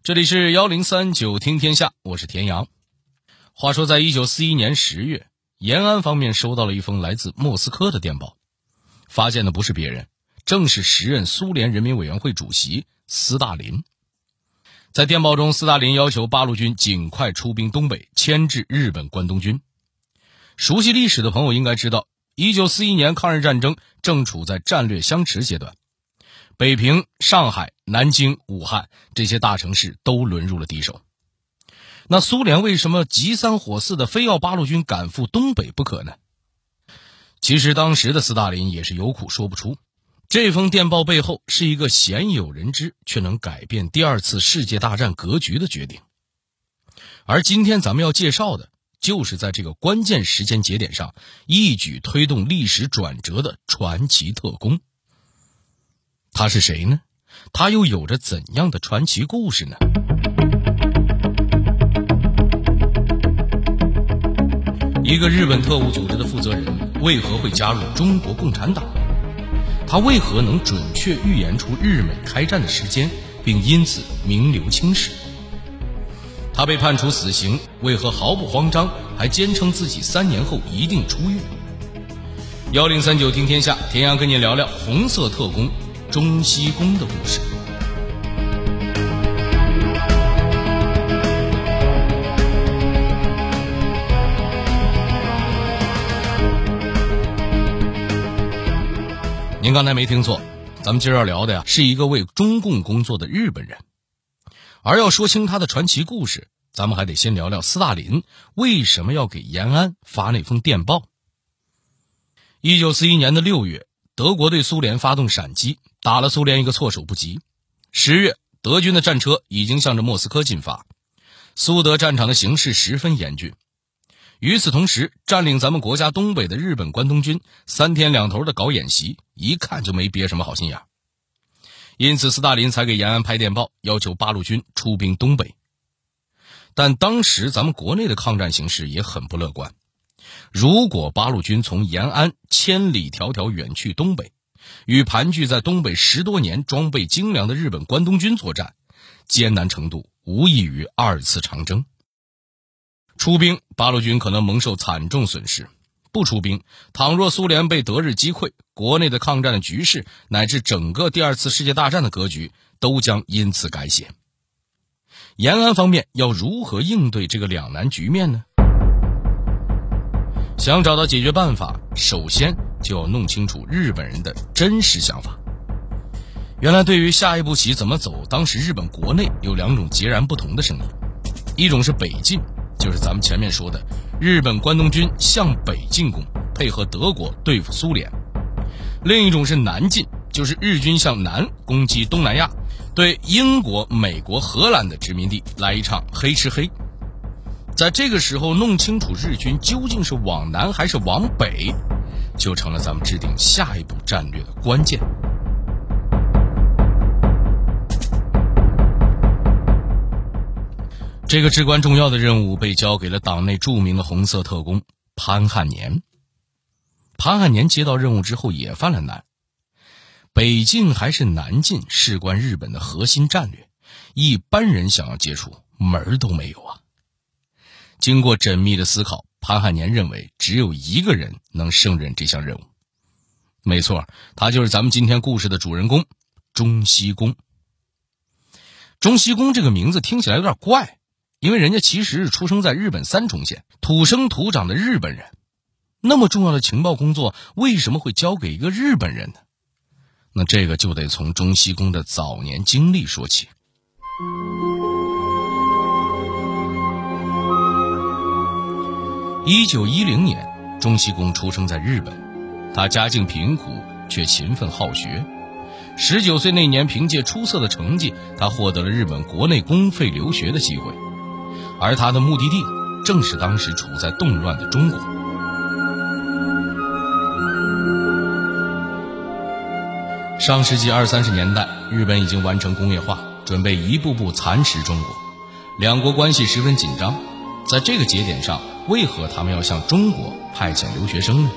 这里是1039听天下，我是田阳。话说在1941年10月，延安方面收到了一封来自莫斯科的电报，发件的不是别人，正是时任苏联人民委员会主席斯大林。在电报中，斯大林要求八路军尽快出兵东北，牵制日本关东军。熟悉历史的朋友应该知道，1941年抗日战争正处在战略相持阶段，北平、上海、南京、武汉这些大城市都沦入了敌手。那苏联为什么急三火四的非要八路军赶赴东北不可呢？其实当时的斯大林也是有苦说不出。这封电报背后是一个鲜有人知却能改变第二次世界大战格局的决定。而今天咱们要介绍的就是在这个关键时间节点上一举推动历史转折的传奇特工。他是谁呢？他又有着怎样的传奇故事呢？一个日本特务组织的负责人为何会加入中国共产党？他为何能准确预言出日美开战的时间，并因此名留青史？他被判处死刑，为何毫不慌张，还坚称自己3年后一定出狱？1039听天下，田阳跟你聊聊红色特工中西宫的故事。您刚才没听错，咱们今儿要聊的呀，是一个为中共工作的日本人。而要说清他的传奇故事，咱们还得先聊聊斯大林为什么要给延安发那封电报。1941年的6月，德国对苏联发动闪击，打了苏联一个措手不及。10月，德军的战车已经向着莫斯科进发，苏德战场的形势十分严峻。与此同时，占领咱们国家东北的日本关东军3天2头的搞演习，一看就没憋什么好心眼。因此斯大林才给延安拍电报，要求八路军出兵东北。但当时咱们国内的抗战形势也很不乐观，如果八路军从延安千里迢迢远去东北，与盘踞在东北10多年装备精良的日本关东军作战，艰难程度无异于2次长征。出兵，八路军可能蒙受惨重损失；不出兵，倘若苏联被德日击溃，国内的抗战的局势乃至整个第2次世界大战的格局都将因此改写。延安方面要如何应对这个两难局面呢？想找到解决办法，首先就要弄清楚日本人的真实想法。原来对于下一步棋怎么走，当时日本国内有2种截然不同的声音。一种是北进，就是咱们前面说的日本关东军向北进攻，配合德国对付苏联。另一种是南进，就是日军向南攻击东南亚，对英国、美国、荷兰的殖民地来一场黑吃黑。在这个时候弄清楚日军究竟是往南还是往北，就成了咱们制定下一步战略的关键。这个至关重要的任务被交给了党内著名的红色特工潘汉年。潘汉年接到任务之后也犯了难，北进还是南进事关日本的核心战略，一般人想要接触门儿都没有啊。经过缜密的思考，潘汉年认为只有一个人能胜任这项任务。没错，他就是咱们今天故事的主人公中西宫。中西宫这个名字听起来有点怪，因为人家其实是出生在日本三重县，土生土长的日本人。那么重要的情报工作为什么会交给一个日本人呢？那这个就得从中西宫的早年经历说起。1910年，中西宫出生在日本，他家境贫苦，却勤奋好学。19岁那年，凭借出色的成绩，他获得了日本国内公费留学的机会，而他的目的地正是当时处在动乱的中国。上世纪20、30年代，日本已经完成工业化，准备一步步蚕食中国，两国关系十分紧张。在这个节点上，为何他们要向中国派遣留学生呢？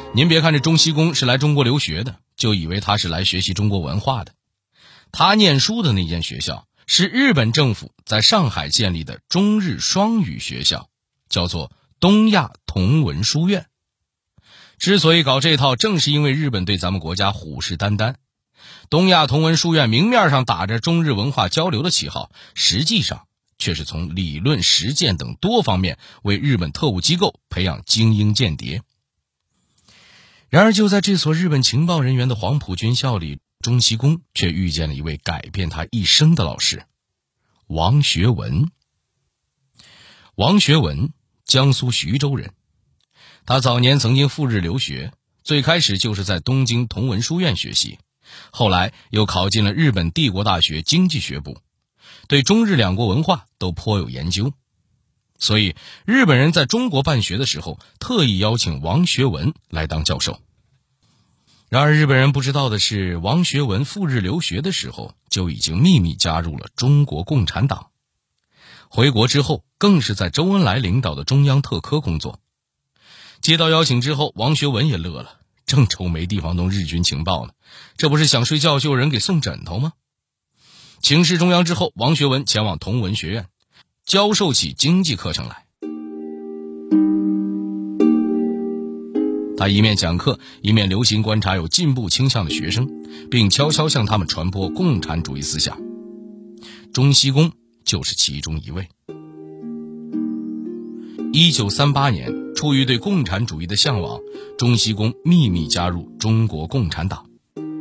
您别看这中西公是来中国留学的，就以为他是来学习中国文化的。他念书的那间学校是日本政府在上海建立的中日双语学校，叫做东亚同文书院。之所以搞这套，正是因为日本对咱们国家虎视眈眈。东亚同文书院明面上打着中日文化交流的旗号，实际上却是从理论、实践等多方面为日本特务机构培养精英间谍。然而就在这所日本情报人员的黄埔军校里，中西公却遇见了一位改变他一生的老师——王学文。王学文，江苏徐州人。他早年曾经赴日留学，最开始就是在东京同文书院学习，后来又考进了日本帝国大学经济学部，对中日两国文化都颇有研究。所以日本人在中国办学的时候，特意邀请王学文来当教授。然而日本人不知道的是，王学文赴日留学的时候就已经秘密加入了中国共产党。回国之后，更是在周恩来领导的中央特科工作。接到邀请之后，王学文也乐了，正愁没地方弄日军情报呢，这不是想睡觉就有人给送枕头吗？请示中央之后，王学文前往同文学院教授起经济课程来。他一面讲课，一面留心观察有进步倾向的学生，并悄悄向他们传播共产主义思想。中西公就是其中一位。1938年，出于对共产主义的向往，中西公秘密加入中国共产党。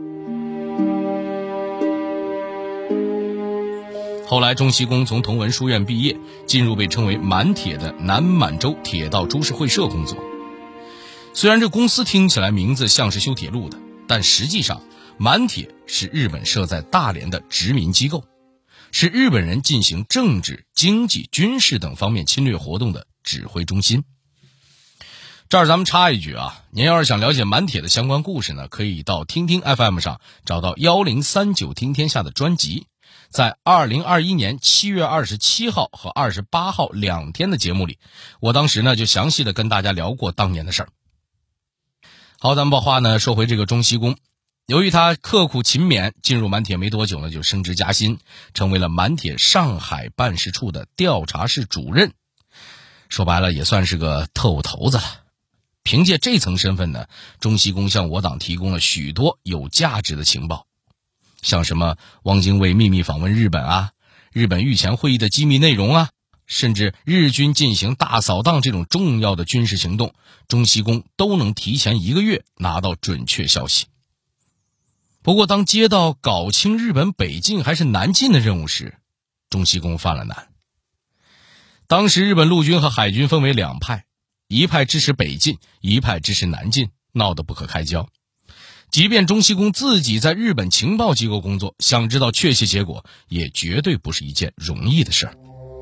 后来中西公从同文书院毕业，进入被称为满铁的南满洲铁道株式会社工作。虽然这公司听起来名字像是修铁路的，但实际上满铁是日本设在大连的殖民机构，是日本人进行政治、经济、军事等方面侵略活动的指挥中心。这儿咱们插一句啊，您要是想了解满铁的相关故事呢，可以到听听 FM 上找到1039听天下的专辑，在2021年7月27号和28号2天的节目里，我当时呢就详细的跟大家聊过当年的事儿。好，咱们把话呢说回这个中西公，由于他刻苦勤勉，进入满铁没多久呢就升职加薪，成为了满铁上海办事处的调查室主任，说白了也算是个特务头子了。凭借这层身份呢，中西公向我党提供了许多有价值的情报，像什么汪精卫秘密访问日本啊，日本御前会议的机密内容啊，甚至日军进行大扫荡这种重要的军事行动，中西公都能提前1个月拿到准确消息。不过当接到搞清日本北进还是南进的任务时，中西公犯了难。当时日本陆军和海军分为两派，一派支持北进，一派支持南进，闹得不可开交。即便中西公自己在日本情报机构工作，想知道确切结果也绝对不是一件容易的事儿。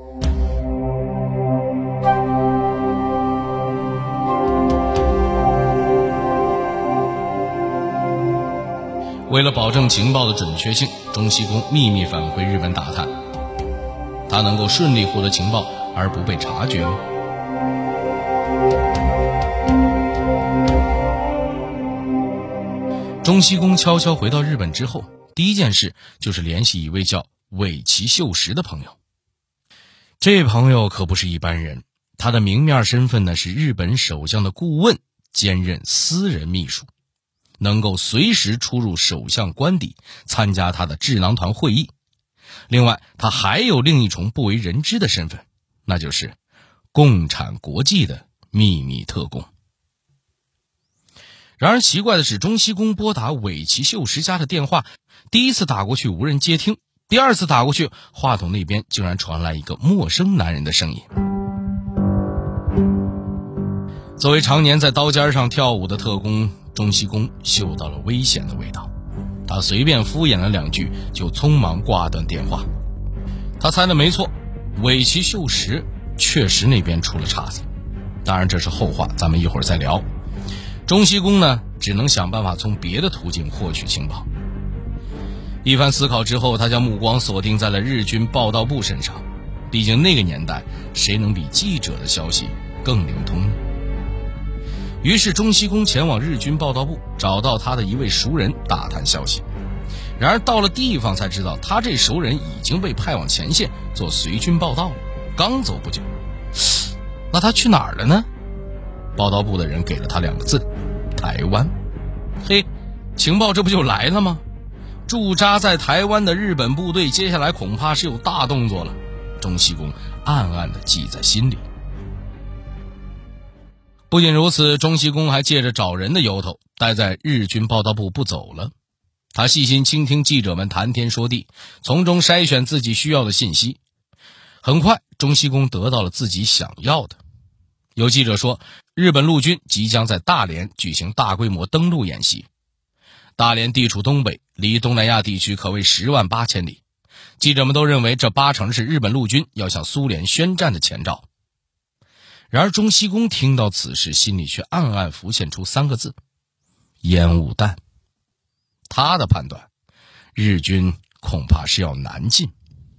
为了保证情报的准确性，中西公秘密返回日本打探。他能够顺利获得情报而不被察觉吗？中西公悄悄回到日本之后，第一件事就是联系一位叫尾崎秀实的朋友。这朋友可不是一般人，他的明面身份呢是日本首相的顾问，兼任私人秘书，能够随时出入首相官邸，参加他的智囊团会议。另外他还有另一重不为人知的身份，那就是共产国际的秘密特工。然而奇怪的是，中西公拨打尾崎秀实家的电话，第一次打过去无人接听，第二次打过去，话筒那边竟然传来一个陌生男人的声音。作为常年在刀尖上跳舞的特工，中西公嗅到了危险的味道，他随便敷衍了2句，就匆忙挂断电话。他猜的没错，尾崎秀实确实那边出了岔子，当然这是后话，咱们一会儿再聊。中西公呢，只能想办法从别的途径获取情报。一番思考之后，他将目光锁定在了日军报道部身上，毕竟那个年代，谁能比记者的消息更灵通呢？ 于是中西公前往日军报道部，找到他的一位熟人打探消息。然而到了地方才知道，他这熟人已经被派往前线做随军报道了，刚走不久。那他去哪儿了呢？报道部的人给了他2个字：台湾。嘿，情报这不就来了吗？驻扎在台湾的日本部队接下来恐怕是有大动作了。中西公暗暗地记在心里。不仅如此，中西公还借着找人的由头，待在日军报道部不走了。他细心倾听记者们谈天说地，从中筛选自己需要的信息。很快，中西公得到了自己想要的。有记者说，日本陆军即将在大连举行大规模登陆演习。大连地处东北，离东南亚地区可谓10万8千里。记者们都认为这8成是日本陆军要向苏联宣战的前兆。然而中西公听到此事，心里却暗暗浮现出3个字：烟雾弹。他的判断，日军恐怕是要南进。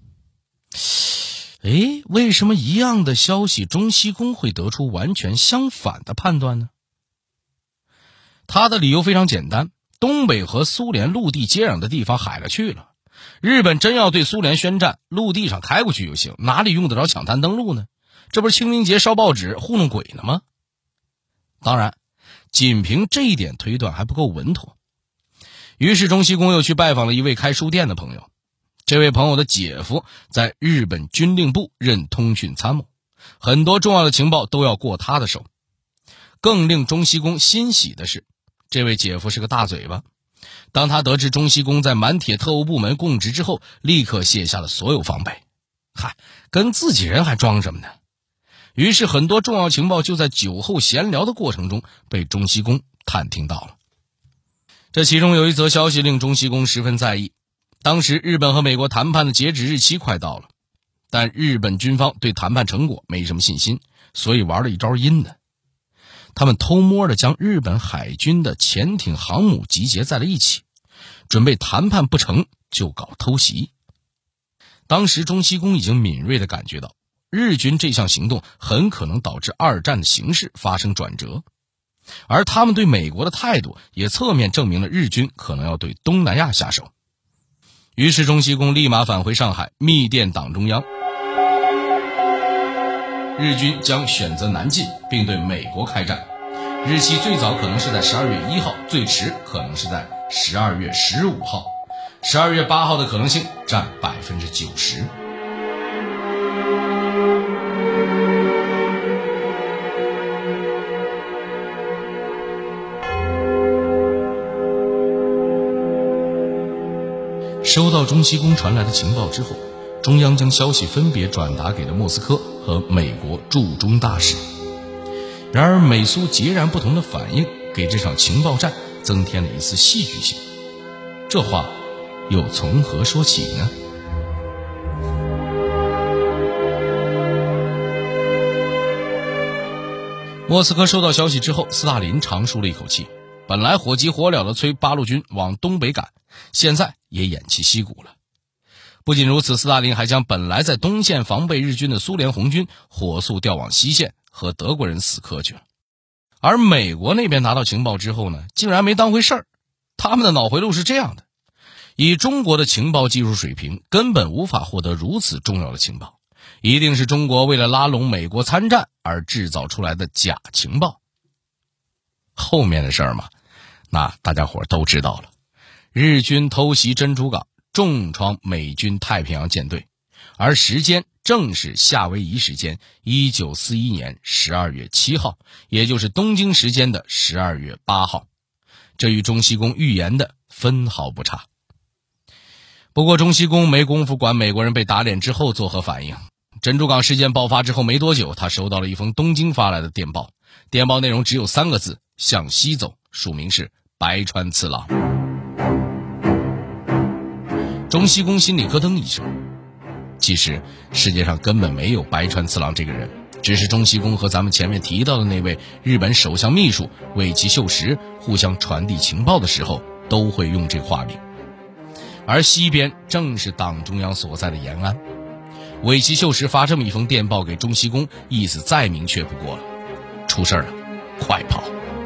为什么一样的消息，中西公会得出完全相反的判断呢？他的理由非常简单，东北和苏联陆地接壤的地方海了去了，日本真要对苏联宣战，陆地上开过去就行，哪里用得着抢滩登陆呢？这不是清明节烧报纸糊弄鬼呢吗？当然，仅凭这一点推断还不够稳妥。于是中西公又去拜访了一位开书店的朋友。这位朋友的姐夫在日本军令部任通讯参谋，很多重要的情报都要过他的手。更令中西公欣喜的是，这位姐夫是个大嘴巴。当他得知中西公在满铁特务部门供职之后，立刻卸下了所有防备。跟自己人还装什么呢？于是很多重要情报就在酒后闲聊的过程中被中西公探听到了。这其中有一则消息令中西公十分在意。当时日本和美国谈判的截止日期快到了，但日本军方对谈判成果没什么信心，所以玩了一招阴的。他们偷摸地将日本海军的潜艇航母集结在了一起，准备谈判不成就搞偷袭。当时中西公已经敏锐地感觉到，日军这项行动很可能导致2战的形势发生转折，而他们对美国的态度也侧面证明了日军可能要对东南亚下手。于是中西公立马返回上海，密电党中央，日军将选择南进并对美国开战，日期最早可能是在12月1号，最迟可能是在12月15号，12月8号的可能性占90%。收到中西公传来的情报之后，中央将消息分别转达给了莫斯科和美国驻中大使。然而美苏截然不同的反应给这场情报战增添了一丝戏剧性。这话又从何说起呢？莫斯科收到消息之后，斯大林长舒了一口气，本来火急火燎地催八路军往东北赶，现在也偃旗息鼓了。不仅如此，斯大林还将本来在东线防备日军的苏联红军火速调往西线，和德国人死磕去了。而美国那边拿到情报之后呢，竟然没当回事儿。他们的脑回路是这样的：以中国的情报技术水平，根本无法获得如此重要的情报，一定是中国为了拉拢美国参战而制造出来的假情报。后面的事儿嘛，那大家伙都知道了。日军偷袭珍珠港，重创美军太平洋舰队，而时间正是夏威夷时间1941年12月7号，也就是东京时间的12月8号。这与中西公预言的分毫不差。不过中西公没工夫管美国人被打脸之后作何反应。珍珠港事件爆发之后没多久，他收到了一封东京发来的电报，电报内容只有3个字：向西走，署名是白川次郎。中西公心里咯噔一声，其实世界上根本没有白川次郎这个人，只是中西公和咱们前面提到的那位日本首相秘书尾崎秀实互相传递情报的时候都会用这化名。而西边正是党中央所在的延安，尾崎秀实发这么一封电报给中西公，意思再明确不过了：出事了，快跑！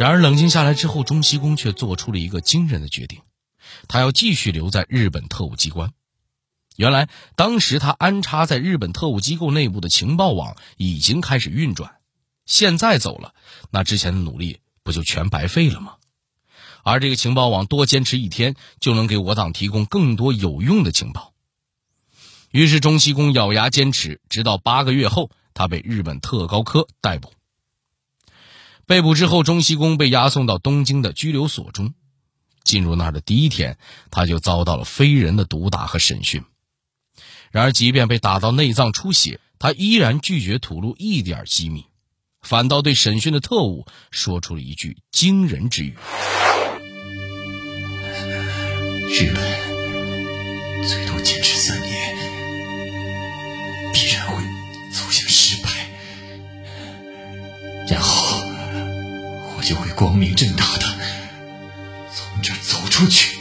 然而冷静下来之后，中西宫却做出了一个惊人的决定，他要继续留在日本特务机关。原来当时他安插在日本特务机构内部的情报网已经开始运转，现在走了，那之前的努力不就全白费了吗？而这个情报网多坚持一天，就能给我党提供更多有用的情报。于是中西宫咬牙坚持，直到8个月后，他被日本特高科逮捕。被捕之后，中西宫被押送到东京的拘留所中。进入那儿的第一天，他就遭到了非人的毒打和审讯。然而即便被打到内脏出血，他依然拒绝吐露一点机密，反倒对审讯的特务说出了一句惊人之语： 日本最多坚持3年，必然会走向失败，然后我就会光明正大的从这儿走出去。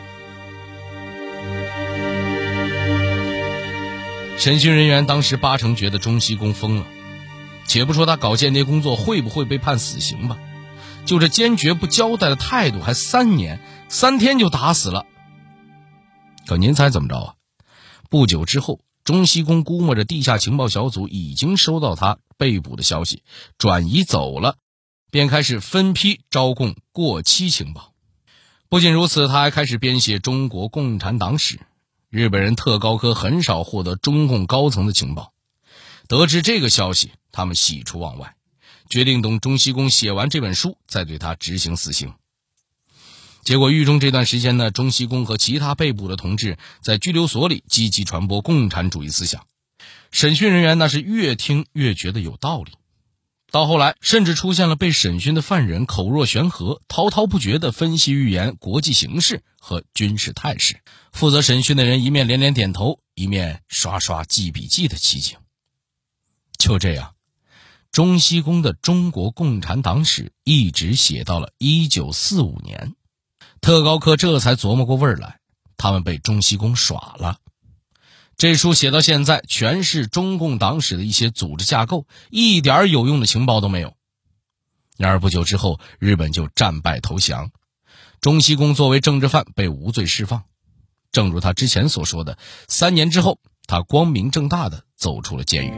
审讯人员当时8成觉得中西宫疯了，且不说他搞间谍工作会不会被判死刑吧，就这坚决不交代的态度，还3年3天就打死了。可您猜怎么着啊？不久之后，中西宫估摸着地下情报小组已经收到他被捕的消息，转移走了，便开始分批招供过期情报。不仅如此，他还开始编写中国共产党史。日本人特高科很少获得中共高层的情报，得知这个消息，他们喜出望外，决定等中西宫写完这本书再对他执行死刑。结果狱中这段时间呢，中西宫和其他被捕的同志在拘留所里积极传播共产主义思想，审讯人员那是越听越觉得有道理。到后来甚至出现了被审讯的犯人口若悬河，滔滔不绝地分析预言国际形势和军事态势，负责审讯的人一面连连点头，一面刷刷记笔记的奇景。就这样，中西宫的中国共产党史一直写到了1945年，特高科这才琢磨过味儿来，他们被中西宫耍了。这书写到现在，全是中共党史的一些组织架构，一点有用的情报都没有。然而不久之后，日本就战败投降，中西宫作为政治犯被无罪释放。正如他之前所说的，3年之后，他光明正大地走出了监狱。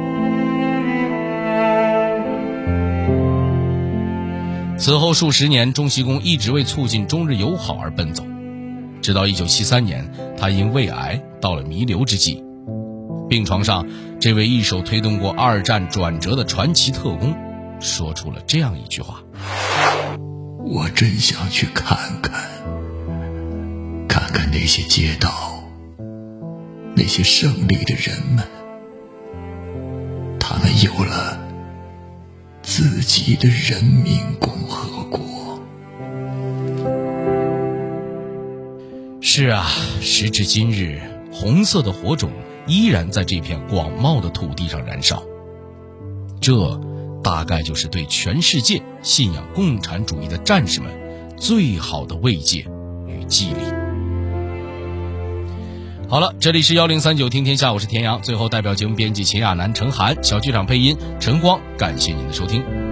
此后数十年，中西宫一直为促进中日友好而奔走，直到1973年，他因胃癌到了弥留之际。病床上，这位一手推动过2战转折的传奇特工说出了这样一句话： 我真想去看看那些街道，那些胜利的人们，他们有了自己的人民共和国。 是啊，时至今日，红色的火种依然在这片广袤的土地上燃烧。这大概就是对全世界信仰共产主义的战士们最好的慰藉与激励。好了，这里是1039听天下，我是田阳。最后代表节目编辑秦亚楠、程涵，小剧场配音陈光，感谢您的收听。